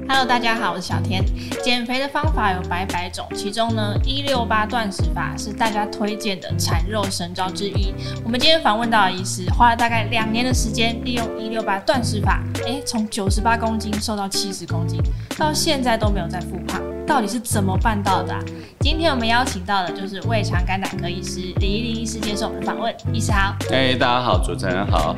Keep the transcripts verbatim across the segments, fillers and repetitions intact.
Hello， 大家好，我是小天。减肥的方法有百百种，其中呢，一六八断食法是大家推荐的产肉神招之一。我们今天访问到的医师，花了大概两年的时间，利用一六八断食法，哎，从九十八公斤瘦到七十公斤，到现在都没有再复胖，到底是怎么办到的啊？今天我们邀请到的就是胃肠肝胆科医师李怡玲医师接受我们的访问。医师好。 哎，大家好，主持人好。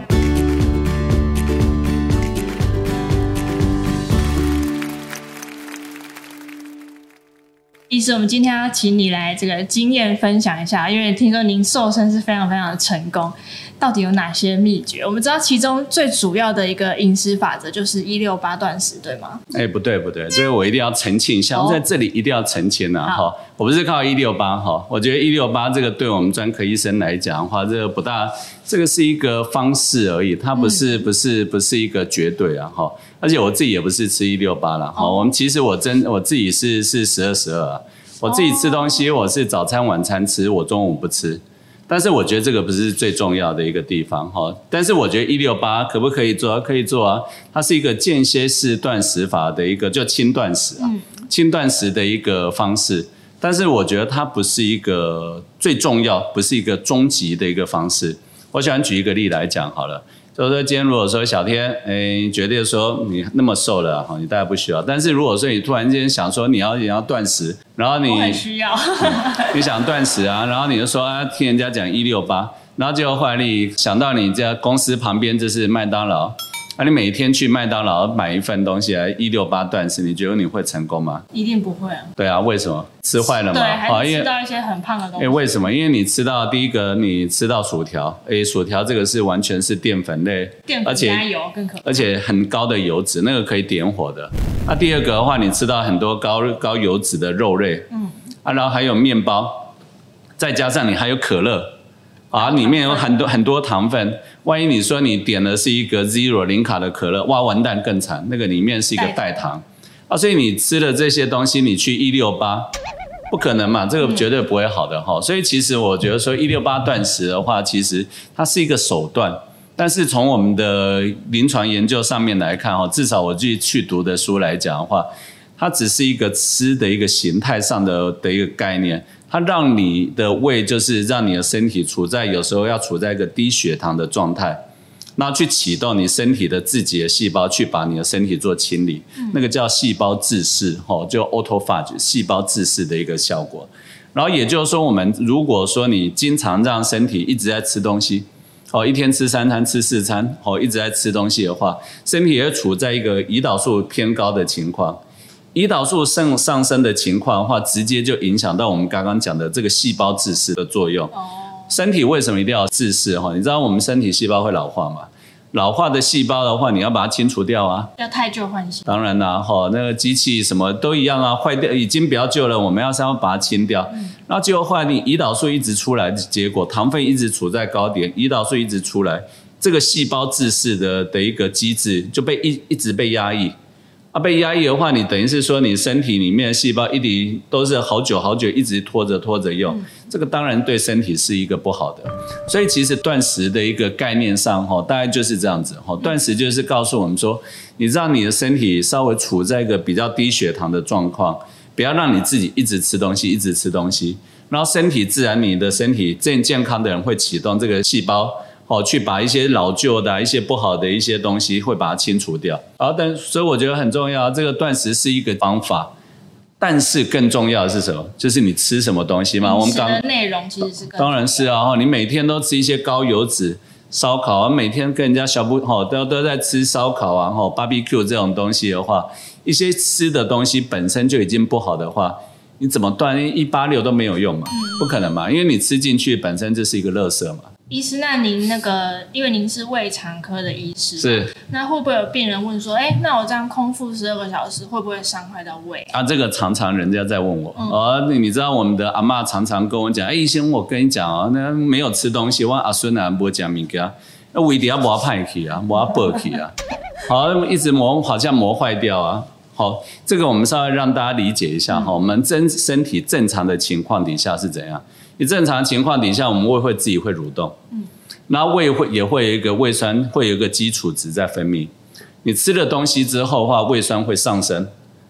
医师，我们今天要请你来这个经验分享一下，因为听说您瘦身是非常非常的成功，到底有哪些秘诀？我们知道其中最主要的一个饮食法则就是一六八断食，对吗？ 哎，不对不对，这个我一定要澄清一下，哦、在这里一定要澄清啊！哈，我不是靠一六八哈，我觉得一六八这个对我们专科医生来讲的话，这个不大，这个是一个方式而已，它不是、嗯、不是不是一个绝对啊哈。而且我自己也不是吃一六八啦哈，我们其实我真我自己是是十二十二啊。我自己吃东西，我是早餐晚餐吃，我中午不吃。但是我觉得这个不是最重要的一个地方哈。但是我觉得一六八可不可以做？可以做啊。它是一个间歇式断食法的一个叫轻断食啊，轻断食的一个方式。但是我觉得它不是一个最重要，不是一个终极的一个方式。我喜欢举一个例来讲好了。就是说，今天如果说小天，哎，决定说你那么瘦了，你大概不需要。但是如果说你突然间想说你要你要断食，然后你我很需要， 你想断食啊，然后你就说啊，听人家讲一六八，然后结果后来你想到你家公司旁边就是麦当劳。啊，你每天去麦当劳买一份东西来一六八断食，你觉得你会成功吗？ 一定不会啊。 对啊，为什么？吃坏了嘛？ 对，还是吃到一些很胖的东西。 哎，为什么？因为你吃到第一个，你吃到薯条，哎，薯条这个是完全是淀粉类， 淀粉加油更可怕， 而且很高的油脂，那个可以点火的。那第二个的话，你吃到很多高高油脂的肉类，嗯，啊，然后还有面包，再加上你还有可乐。啊，里面有很多很多糖分，万一你说你点的是一个 zero 零卡的可乐，哇，完蛋更惨，那个里面是一个代糖，啊，所以你吃了这些东西，你去一六八，不可能嘛，这个绝对不会好的哈。所以其实我觉得说一六八断食的话，其实它是一个手段，但是从我们的临床研究上面来看哈，至少我自己去读的书来讲的话，它只是一个吃的一个形态上的的一个概念。它让你的胃就是让你的身体处在有时候要处在一个低血糖的状态，然后去启动你身体的自己的细胞去把你的身体做清理，嗯、那个叫细胞自噬，就 autophagy 细胞自噬的一个效果。然后也就是说，我们如果说你经常让身体一直在吃东西，一天吃三餐吃四餐，一直在吃东西的话，身体也会处在一个胰岛素偏高的情况。胰岛素上上升的情况的话，直接就影响到我们刚刚讲的这个细胞自噬的作用。哦，身体为什么一定要自噬？哈，你知道我们身体细胞会老化吗？老化的细胞的话，你要把它清除掉啊。 要汰旧换新。 当然啦，哈，那个机器什么都一样啊，坏掉已经不要救了，我们要先要把它清掉。嗯、然后结果后来你胰岛素一直出来，结果糖分一直处在高点，胰岛素一直出来，这个细胞自噬的的一个机制就被一一直被压抑。啊，被压抑的话，你等于是说你身体里面的细胞一直都是好久好久一直拖着拖着用，嗯、这个当然对身体是一个不好的。所以其实断食的一个概念上，大概就是这样子。断食就是告诉我们说，你让你的身体稍微处在一个比较低血糖的状况，不要让你自己一直吃东西，一直吃东西，然后身体自然你的身体健健康的人会启动这个细胞。哦，去把一些老旧的、啊、一些不好的一些东西，会把它清除掉。好，但所以我觉得很重要，这个断食是一个方法，但是更重要的是什么？就是你吃什么东西嘛。我们刚的内容其实是更当然是啊，你每天都吃一些高油脂烧烤啊，每天跟人家小不哦都都在吃烧烤啊，哦 barbecue 这种东西的话，一些吃的东西本身就已经不好的话，你怎么断一八六都没有用嘛？不可能嘛，因为你吃进去本身就是一个垃圾嘛。 医师，那您那个，因为您是胃肠科的医师， 是， 那会不会有病人问说，哎，那我这样空腹十二个小时，会不会伤害到胃啊？ 啊，这个常常人家在问我，嗯、哦，你知道我们的阿嬷常常跟我讲，哎，医生，我跟你讲哦，那没有吃东西，我阿孙啊不讲物件，那胃底要磨坏去啊，磨爆去啊，好，一直磨，好像磨坏掉啊。好，这个我们稍微让大家理解一下哈、嗯，我们真身体正常的情况底下是怎样？你正常情况底下，我们胃会自己会蠕动，嗯，然后胃会也会有一个胃酸，会有一个基础值在分泌。你吃了东西之后的话，胃酸会上升，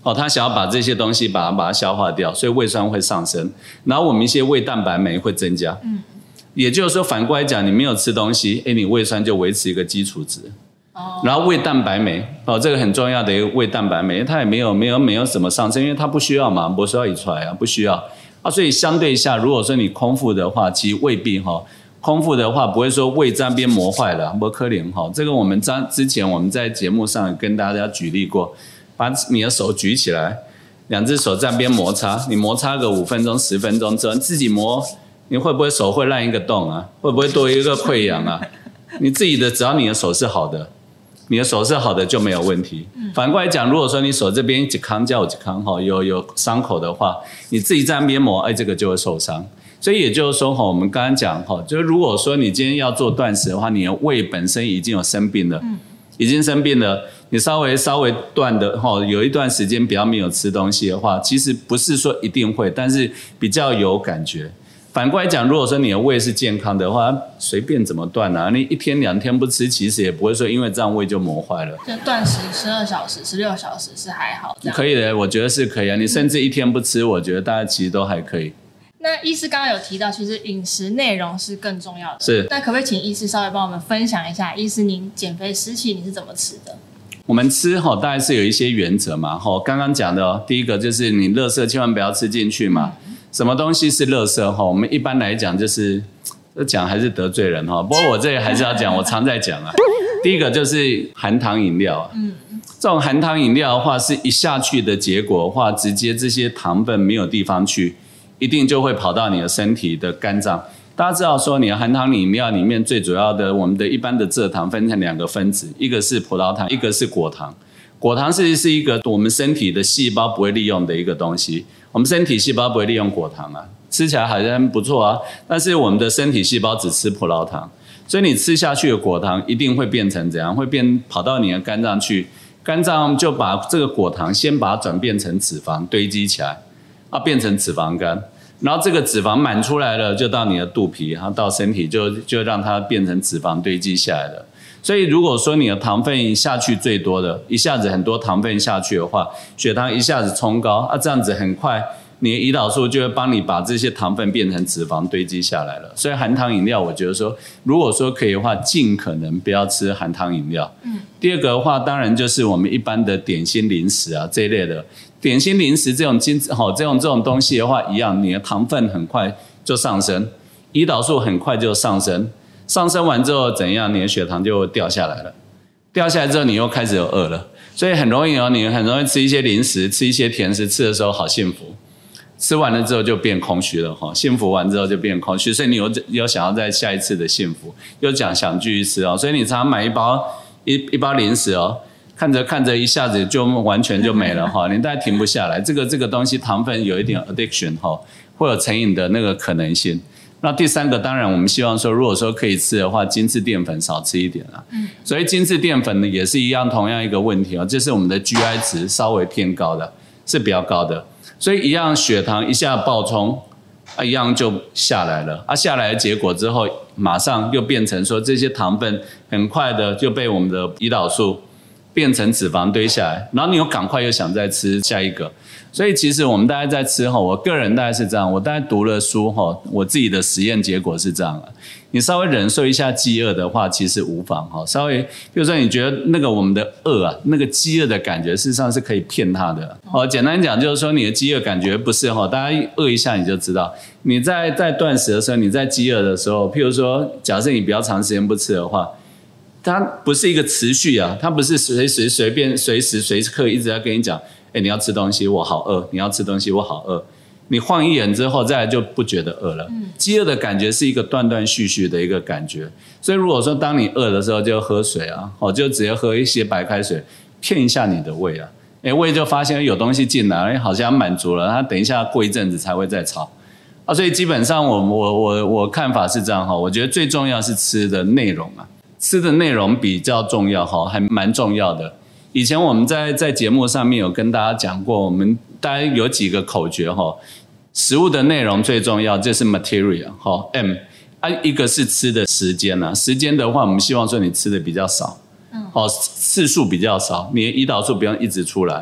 哦，它想要把这些东西把它把它消化掉，所以胃酸会上升，然后我们一些胃蛋白酶会增加。嗯，也就是说反过来讲，你没有吃东西，哎，你胃酸就维持一个基础值。哦，然后胃蛋白酶，哦，这个很重要的一个胃蛋白酶，它也没有没有没有什么上升，因为它不需要嘛，不需要移出来啊，不需要啊，所以相对下，如果说你空腹的话，其实未必哈、哦，空腹的话不会说胃这边磨坏了，不可能哈。这个我们之前我们在节目上跟大家举例过，把你的手举起来，两只手这边摩擦，你摩擦个五分钟、十分钟之后，自己磨，你会不会手会烂一个洞啊？会不会多一个溃疡啊？你自己的只要你的手是好的。你的手是好的就没有问题。反过来讲，如果说你手这边一康叫一康哈，有有伤口的话，你自己在那边磨，哎，这个就会受伤。所以也就是说哈，我们刚刚讲哈，就是如果说你今天要做断食的话，你的胃本身已经有生病了，已经生病了，你稍微稍微断的哈，有一段时间比较没有吃东西的话，其实不是说一定会，但是比较有感觉。反过来讲，如果说你的胃是健康的话，随便怎么断啊，你一天两天不吃，其实也不会说因为这样胃就磨坏了。 就断食十二小时、十六小时是还好这样。 可以的，我觉得是可以啊。你甚至一天不吃，我觉得大家其实都还可以。 那医师刚刚有提到，其实饮食内容是更重要的。 是。 那可不可以请医师稍微帮我们分享一下，医师您减肥时期你是怎么吃的？ 我们吃哈，大概是有一些原则嘛。哈，刚刚讲的哦，第一个就是你垃圾千万不要吃进去嘛。嗯，什么东西是垃圾哈？我们一般来讲就是讲还是得罪人哈。不过我这里还是要讲，我常在讲啊。第一个就是含糖饮料啊，嗯，这种含糖饮料的话，是一下去的结果的话，直接这些糖分没有地方去，一定就会跑到你的身体的肝脏。大家知道说，你的含糖饮料里面最主要的，我们的一般的蔗糖分成两个分子，一个是葡萄糖，一个是果糖。果糖是是一个我们身体的细胞不会利用的一个东西，我们身体细胞不会利用果糖啊，吃起来好像不错啊，但是我们的身体细胞只吃葡萄糖，所以你吃下去的果糖一定会变成怎样？会变跑到你的肝脏去，肝脏就把这个果糖先把它转变成脂肪堆积起来，啊，变成脂肪肝。然后这个脂肪满出来了，就到你的肚皮，然后到身体就就让它变成脂肪堆积下来了。所以如果说你的糖分下去最多的，一下子很多糖分下去的话，血糖一下子冲高，啊，这样子很快，你的胰岛素就会帮你把这些糖分变成脂肪堆积下来了。所以含糖饮料，我觉得说，如果说可以的话，尽可能不要吃含糖饮料。嗯。第二个的话，当然就是我们一般的点心零食啊这一类的。点心零食这种精好这种这种东西的话，一样，你的糖分很快就上升，胰岛素很快就上升，上升完之后怎样？你的血糖就掉下来了，掉下来之后你又开始有饿了，所以很容易哦，你很容易吃一些零食，吃一些甜食，吃的时候好幸福，吃完了之后就变空虚了哈，幸福完之后就变空虚，所以你有有想要再下一次的幸福，又讲想继续吃哦，所以你常常买一包一一包零食哦。看着看着一下子就完全就没了哈，你大概停不下来。这个这个东西糖分有一点 addiction 哈，会有成瘾的那个可能性。那第三个当然我们希望说，如果说可以吃的话，精致淀粉少吃一点啊。嗯。所以精致淀粉呢也是一样同样一个问题哦，就是我们的 G I 值稍微偏高的，是比较高的，所以一样血糖一下爆冲，啊一样就下来了。啊下来的结果之后，马上又变成说这些糖分很快的就被我们的胰岛素。变成脂肪堆下来，然后你又赶快又想再吃下一个，所以其实我们大概在吃哈，我个人大概是这样，我大概读了书哈，我自己的实验结果是这样的，你稍微忍受一下饥饿的话，其实无妨哈，稍微，比如说你觉得那个我们的饿啊，那个饥饿的感觉，事实上是可以骗他的。哦，简单讲就是说你的饥饿感觉不是哈，大家饿一下你就知道，你在在断食的时候，你在饥饿的时候，譬如说，假设你比较长时间不吃的话。它不是一个持续啊，它不是随时随便随时随刻一直在跟你讲，哎，你要吃东西，我好饿；你要吃东西，我好饿。你晃一眼之后，再来就不觉得饿了。嗯，饥饿的感觉是一个断断续续的一个感觉，所以如果说当你饿的时候，就喝水啊，哦，就直接喝一些白开水，骗一下你的胃啊，哎，胃就发现有东西进来，哎，好像满足了，它等一下过一阵子才会再吵。啊，所以基本上我我我我看法是这样哈，我觉得最重要是吃的内容啊。吃的内容比较重要哈，还蛮重要的。以前我们在在节目上面有跟大家讲过，我们大概有几个口诀哈。食物的内容最重要，这是 material 哈 M 啊，一个是吃的时间啊，时间的话，我们希望说你吃的比较少，嗯，哦，次数比较少，你的胰岛素不用一直出来。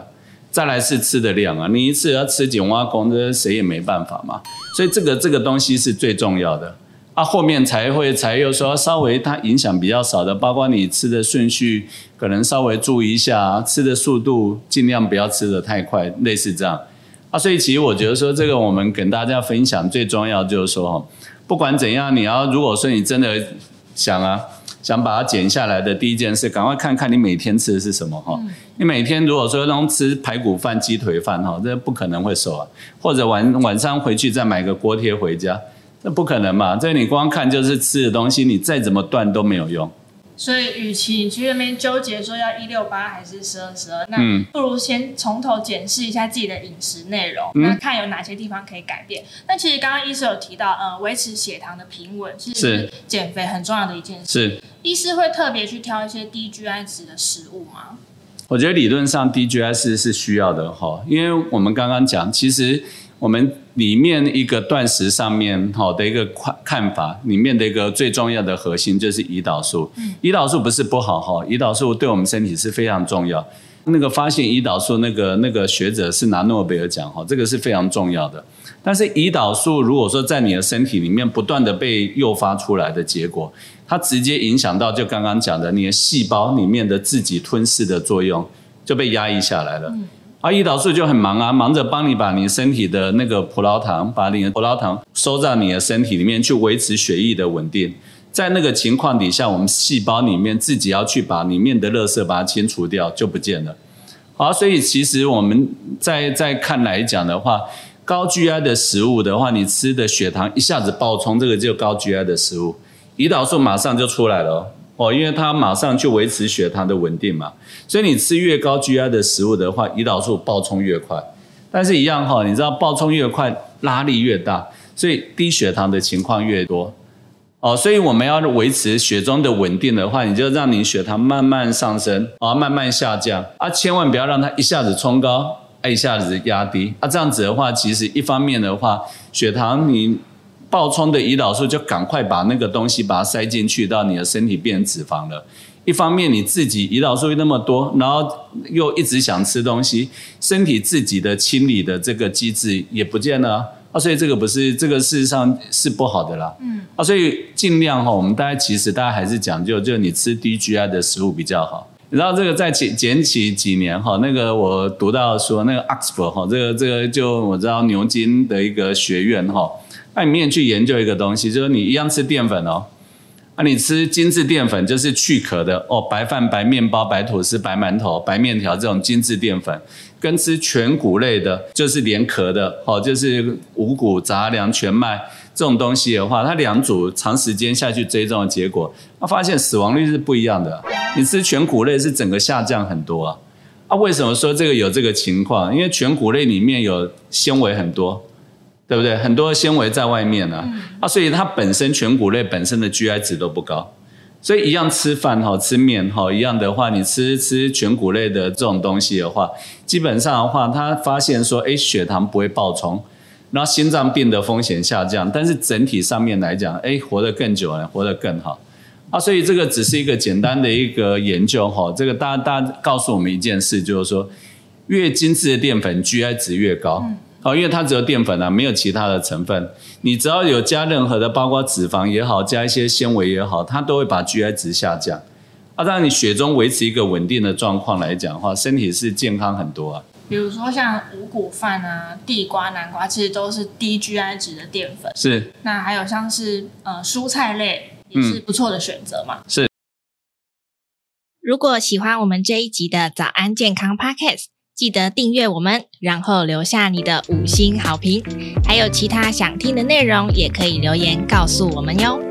再来是吃的量啊，你一次要吃九碗公，这谁也没办法嘛。所以这个这个东西是最重要的。啊，后面才会才有说稍微它影响比较少的，包括你吃的顺序可能稍微注意一下，吃的速度尽量不要吃得太快，类似这样。啊，所以其实我觉得说这个我们跟大家分享最重要就是说，不管怎样，你要如果说你真的想啊想把它减下来的第一件事，赶快看看你每天吃的是什么哈。嗯、你每天如果说能吃排骨饭、鸡腿饭哈，这不可能会瘦啊。或者晚晚上回去再买个锅贴回家。那不可能嘛？这你光看就是吃的东西，你再怎么断都没有用。 所以，与其你去那边纠结说要一六八还是十二十二，那不如先从头检视一下自己的饮食内容，嗯、那看有哪些地方可以改变。那其实刚刚医师有提到，呃，维持血糖的平稳，其实是减肥很重要的一件事。 是， 医师会特别去挑一些低 G I 值的食物吗？ 我觉得理论上低 G I 值是需要的哈，因为我们刚刚讲，其实我们里面一个断食上面好的一个看法，里面的一个最重要的核心就是胰岛素。嗯、胰岛素不是不好哈，胰岛素对我们身体是非常重要。那个发现胰岛素那个那个学者是拿诺贝尔奖哈，这个是非常重要的。但是胰岛素如果说在你的身体里面不断的被诱发出来的结果，它直接影响到就刚刚讲的你的细胞里面的自己吞噬的作用就被压抑下来了。嗯啊，胰岛素就很忙啊，忙着帮你把你身体的那个葡萄糖，把你的葡萄糖收在你的身体里面，去维持血液的稳定。在那个情况底下，我们细胞里面自己要去把里面的垃圾把它清除掉，就不见了。好，所以其实我们在在看来讲的话，高 G I 的食物的话，你吃的血糖一下子爆冲，这个就高 G I 的食物，胰岛素马上就出来了哦。哦，因为它马上去维持血糖的稳定嘛，所以你吃越高 G I 的食物的话，胰岛素爆冲越快。但是一样哈，你知道爆冲越快，拉力越大，所以低血糖的情况越多。哦，所以我们要维持血中的稳定的话，你就让你血糖慢慢上升，啊，慢慢下降，啊，千万不要让它一下子冲高，一下子压低。啊，这样子的话，其实一方面的话，血糖你爆冲的胰岛素就赶快把那个东西把它塞进去到你的身体变成脂肪了。一方面你自己胰岛素那么多，然后又一直想吃东西，身体自己的清理的这个机制也不见了啊，啊所以这个不是这个事实上是不好的啦。嗯，啊，所以尽量哈，我们大家其实大家还是讲究，就是你吃低 G I 的食物比较好。你知道这个在前期几年哈，那个我读到说那个 Oxford 哈，这个这个就我知道牛津的一个学院哈。那里面去研究一个东西，就是你一样吃淀粉哦，啊，你吃精致淀粉就是去壳的哦，白饭、白面包、白吐司、白馒头、白面条这种精致淀粉，跟吃全谷类的，就是连壳的哦，就是五谷杂粮、全麦这种东西的话，它两组长时间下去追踪的结果，他发现死亡率是不一样的。你吃全谷类是整个下降很多啊，啊，为什么说这个有这个情况？因为全谷类里面有纤维很多。对不对？很多纤维在外面啊，嗯、啊，所以它本身全谷类本身的 G I 值都不高，所以一样吃饭哈，吃面哈，一样的话，你吃吃全谷类的这种东西的话，基本上的话，他发现说，哎，血糖不会爆冲，然后心脏病的风险下降，但是整体上面来讲，哎，活得更久了，活得更好啊，所以这个只是一个简单的一个研究哈，这个大家大家告诉我们一件事，就是说，越精致的淀粉 G I 值越高。嗯哦，因为它只有淀粉啊，没有其他的成分。你只要有加任何的，包括脂肪也好，加一些纤维也好，它都会把 G I 值下降。啊，当然你血中维持一个稳定的状况来讲的话，身体是健康很多啊。 比如说像五谷饭啊、地瓜、南瓜，其实都是低 G I 值的淀粉。 是。那还有像是呃蔬菜类也是不错的选择嘛。 嗯、是。 如果喜欢我们这一集的早安健康 Podcast。记得订阅我们，然后留下你的五星好评。还有其他想听的内容，也可以留言告诉我们哟。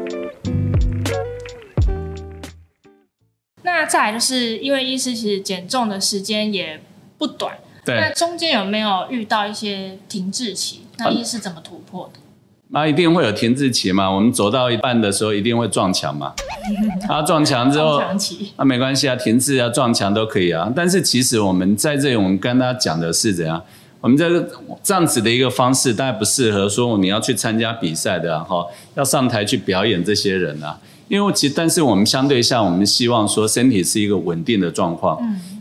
那再来就是因为医师其实减重的时间也不短， 对， 那中间有没有遇到一些停滞期？那医师怎么突破的？ 那、啊、一定会有停滞期嘛，我们走到一半的时候一定会撞墙嘛，啊撞墙之后，啊没关系啊，停滞啊撞墙都可以啊。但是其实我们在这里，我们跟大家讲的是怎样，我们这个这样子的一个方式，大概不适合说你要去参加比赛的啊，要上台去表演这些人啊。因为其实但是我们相对下，我们希望说身体是一个稳定的状况。嗯，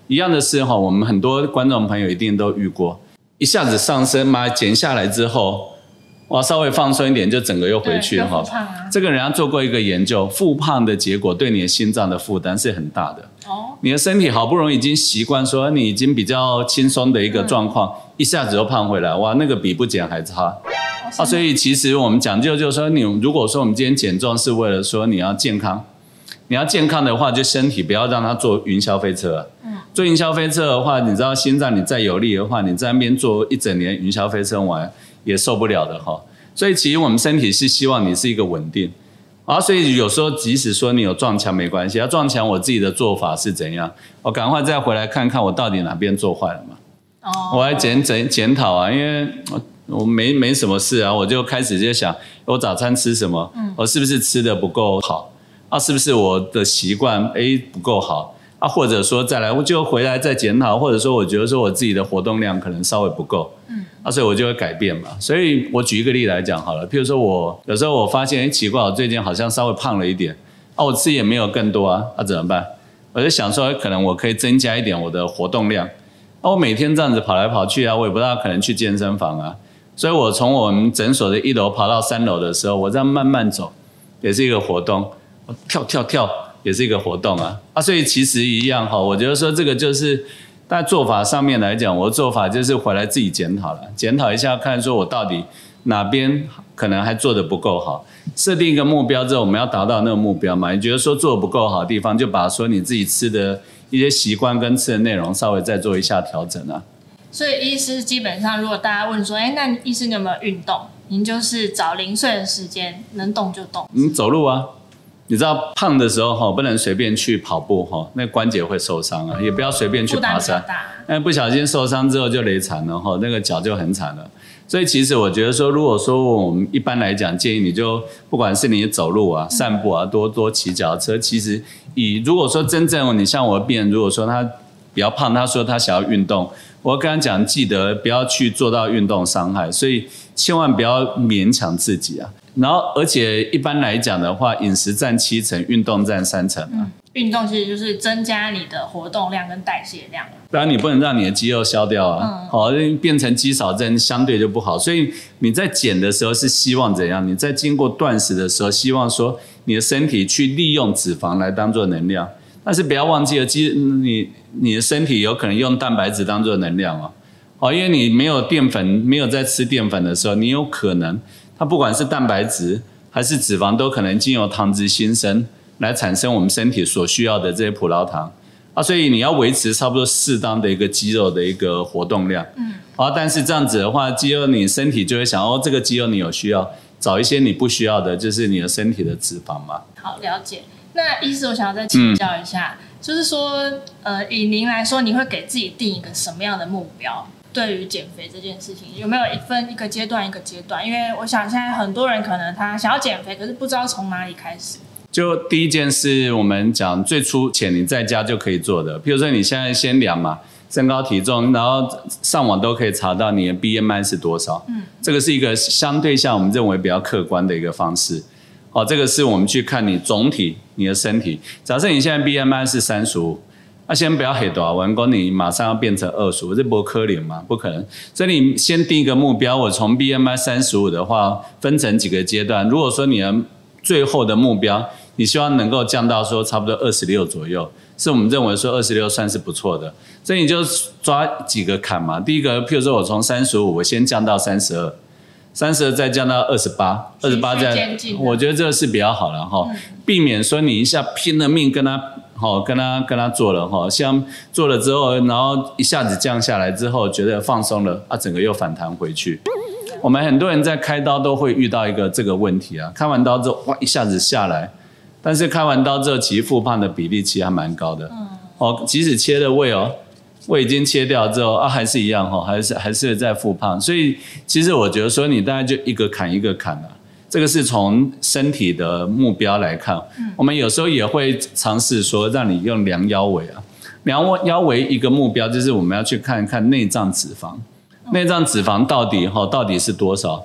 一样的是哈，我们很多观众朋友一定都遇过，一下子上升嘛，减下来之后，哇，稍微放松一点就整个又回去哈。 啊、 这个人家做过一个研究，复胖的结果对你的心脏的负担是很大的。哦，你的身体好不容易已经习惯说你已经比较轻松的一个状况，嗯、一下子又胖回来，哇，那个比不减还差。哦、啊，所以其实我们讲究就是说，你如果说我们今天减重是为了说你要健康。你要健康的话，就身体不要让它坐云霄飞车、啊。嗯，坐云霄飞车的话，你知道心脏你再有力的话，你在那边坐一整年云霄飞车玩也受不了的哈。所以其实我们身体是希望你是一个稳定啊，所以有时候即使说你有撞墙没关系，要撞墙我自己的做法是怎样，我赶快再回来看看我到底哪边做坏了嘛。哦，我来检检检讨啊，因为我没没什么事啊，我就开始就想我早餐吃什么，嗯、我是不是吃的不够好。啊，是不是我的习惯哎不够好啊？或者说再来，我就回来再检讨，或者说我觉得说我自己的活动量可能稍微不够，嗯，啊，所以我就会改变嘛。所以我举一个例来讲好了，譬如说我有时候我发现哎奇怪，我最近好像稍微胖了一点，啊，我吃也没有更多啊，啊怎么办？我就想说可能我可以增加一点我的活动量，啊，我每天这样子跑来跑去啊，我也不知道可能去健身房啊，所以我从我们诊所的一楼跑到三楼的时候，我这样慢慢走，也是一个活动。跳跳跳也是一个活动啊啊，所以其实一样哈，我觉得说这个就是在做法上面来讲，我的做法就是回来自己检讨了，检讨一下看说我到底哪边可能还做得不够好，设定一个目标之后，我们要达到那个目标嘛？你觉得说做得不够好的地方，就把说你自己吃的一些习惯跟吃的内容稍微再做一下调整啊。 所以医师基本上，如果大家问说，哎，那医师你有没有运动？您就是找零碎的时间，能动就动。 你走路啊。你知道胖的时候不能随便去跑步，那关节会受伤啊，也不要随便去爬山，那不小心受伤之后就累惨了，那个脚就很惨了。所以其实我觉得说，如果说我们一般来讲建议你就不管是你走路啊、散步啊，多多骑脚踏车。其实以如果说真正你像我的病人，如果说他比较胖，他说他想要运动，我跟他讲记得不要去做到运动伤害，所以千万不要勉强自己啊。然后，而且一般来讲的话，饮食占七成，运动占三成啊。嗯， 运动其实就是增加你的活动量跟代谢量。 当然，你不能让你的肌肉消掉啊，好、嗯，变成肌少症相对就不好。所以你在减的时候是希望怎样？你在经过断食的时候，希望说你的身体去利用脂肪来当做能量，但是不要忘记了，肌你你的身体有可能用蛋白质当做能量哦。哦，因为你没有淀粉，没有在吃淀粉的时候，你有可能。它不管是蛋白质还是脂肪，都可能经由糖脂新生来产生我们身体所需要的这些葡萄糖啊，所以你要维持差不多适当的一个肌肉的一个活动量，嗯，啊，但是这样子的话，肌肉你身体就会想哦，这个肌肉你有需要，找一些你不需要的，就是你的身体的脂肪嘛。 好，了解。那医师，我想要再请教一下，嗯、就是说，呃，以您来说，你会给自己定一个什么样的目标？对于减肥这件事情，有没有一分一个阶段一个阶段？因为我想现在很多人可能他想要减肥，可是不知道从哪里开始。 就第一件事，我们讲最初前你在家就可以做的，譬如说你现在先量嘛，身高体重，然后上网都可以查到你的 B M I 是多少。嗯，这个是一个相对像我们认为比较客观的一个方式。哦，这个是我们去看你总体你的身体。假设你现在 B M I 是三十五。那、啊、先不要黑多少，完工你马上要变成二十五，这不可能嘛？不可能。所以你先定一个目标，我从 B M I 三十五的话，分成几个阶段。如果说你的最后的目标，你希望能够降到说差不多二十六左右，是我们认为说二十六算是不错的。所以你就抓几个坎嘛。第一个，譬如说我从三十五，我先降到三十二，三十二再降到二十八，二十八再，我觉得这个是比较好了哈，嗯、避免说你一下拼了命跟他。好，跟他跟他做了哈，像做了之后，然后一下子降下来之后，觉得放松了啊，整个又反弹回去。我们很多人在开刀都会遇到一个这个问题啊，开完刀之后哇一下子下来，但是开完刀之后其实复胖的比例其实还蛮高的。哦，即使切了胃哦，胃已经切掉之后啊，还是一样哈，还是还是在复胖。所以其实我觉得说你大概就一个坎一个坎啊。这个是从身体的目标来看，嗯、我们有时候也会尝试说让你用量腰围啊，量腰围一个目标就是我们要去看看内脏脂肪，嗯、内脏脂肪到底哈到底是多少？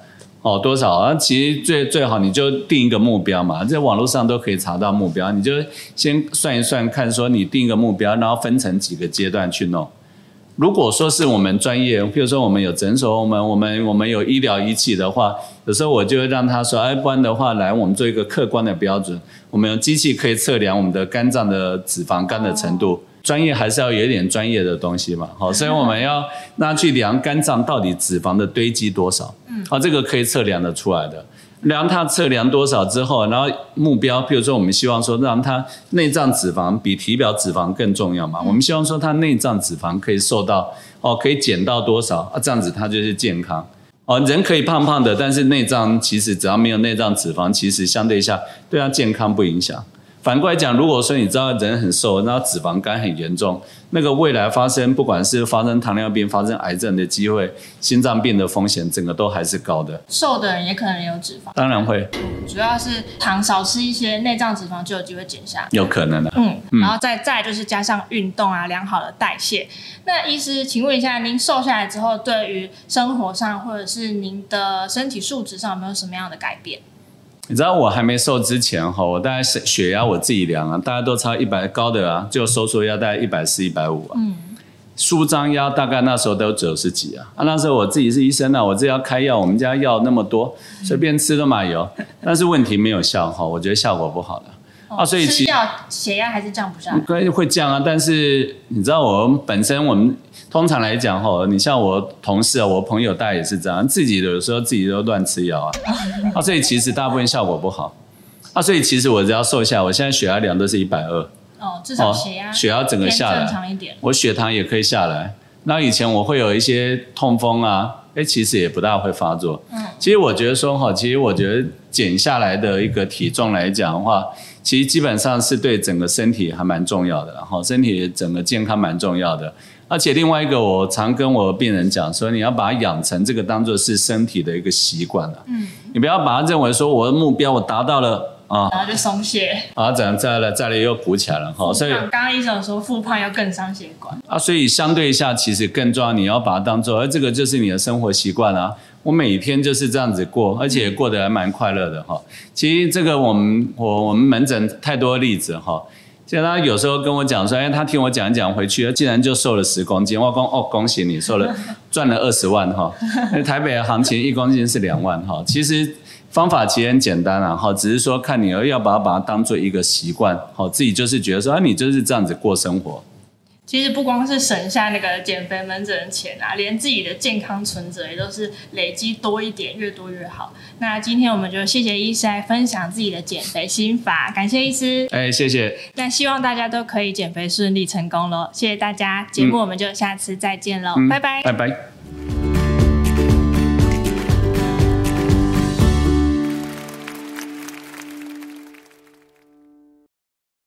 哦，多少啊？其实最最好你就定一个目标嘛，在网络上都可以查到目标，你就先算一算，看说你定一个目标，然后分成几个阶段去弄。如果说是我们专业，譬如说我们有诊所，我们我们我们有医疗仪器的话，有时候我就会让他说，哎，不然的话，来我们做一个客观的标准，我们有机器可以测量我们的肝脏的脂肪肝的程度。专业还是要有一点专业的东西嘛，好，所以我们要那去量肝脏到底脂肪的堆积多少，嗯，啊，这个可以测量得出来的。量它测量多少之后，然后目标，譬如说我们希望说让它内脏脂肪比体表脂肪更重要嘛，嗯、我们希望说它内脏脂肪可以受到哦，可以减到多少啊，这样子它就是健康。哦，人可以胖胖的，但是内脏其实只要没有内脏脂肪，其实相对下对它健康不影响。反过来讲，如果说你知道人很瘦，然后脂肪肝很严重，那个未来发生不管是发生糖尿病、发生癌症的机会、心脏病的风险，整个都还是高的。 瘦的人也可能有脂肪， 当然会， 主要是糖少吃一些，内脏脂肪就有机会减下来。 有可能的、啊， 嗯，然后再再就是加上运动啊，良好的代谢。那医师，请问一下，您瘦下来之后，对于生活上或者是您的身体素质上有没有什么样的改变？ 你知道我还没瘦之前哈，我大概血压我自己量啊，大家都超一百高的啊，就收缩压大概一百四、一百五啊。嗯。舒张压大概那时候都九十几啊。啊，那时候我自己是医生啊，我自己要开药，我们家药那么多，随便吃都买油，但是问题没有效哈，我觉得效果不好的。 哦、啊，所以吃药血压还是降不下来。 会降啊，但是你知道我们本身我们通常来讲哈，你像我同事啊，我朋友大概也是这样，自己有时候自己都乱吃药啊，啊，所以其实大部分效果不好。啊，所以其实我只要瘦下来，我现在血压量都是一百二。 哦，至少血压、哦、 血压整个下来， 正常一点。 我血糖也可以下来。那以前我会有一些痛风啊，哎，其实也不大会发作。嗯，其实我觉得说哈，其实我觉得减下来的一个体重来讲的话，其实基本上是对整个身体还蛮重要的，然后身体整个健康蛮重要的。而且另外一个，我常跟我病人讲说，你要把它养成这个当作是身体的一个习惯了。嗯，你不要把它认为说我的目标我达到了啊， 然后就松懈， 啊，这样再来再来又鼓起来了哈。所以刚刚医生说复胖要更伤血管啊，所以相对下其实更重要，你要把它当做，而这个就是你的生活习惯啊。我每天就是这样子过，而且过得还蛮快乐的哈。其实这个我们我我们门诊太多例子哈。现在他有时候跟我讲说，哎，他听我讲一讲回去，竟然就瘦了十公斤。我说哦，恭喜你瘦了，赚了二十万哈。台北的行情一公斤是两万哈。其实方法其实很简单啊，哈，只是说看你要不要把它当做一个习惯，好，自己就是觉得说，啊，你就是这样子过生活。 其实不光是省下那个减肥门诊的钱啊，连自己的健康存折也都是累积多一点，越多越好。那今天我们就谢谢医师来分享自己的减肥心法，感谢医师。 哎，谢谢。 那希望大家都可以减肥顺利成功咯，谢谢大家。节目我们就下次再见咯，嗯、拜拜， 拜拜。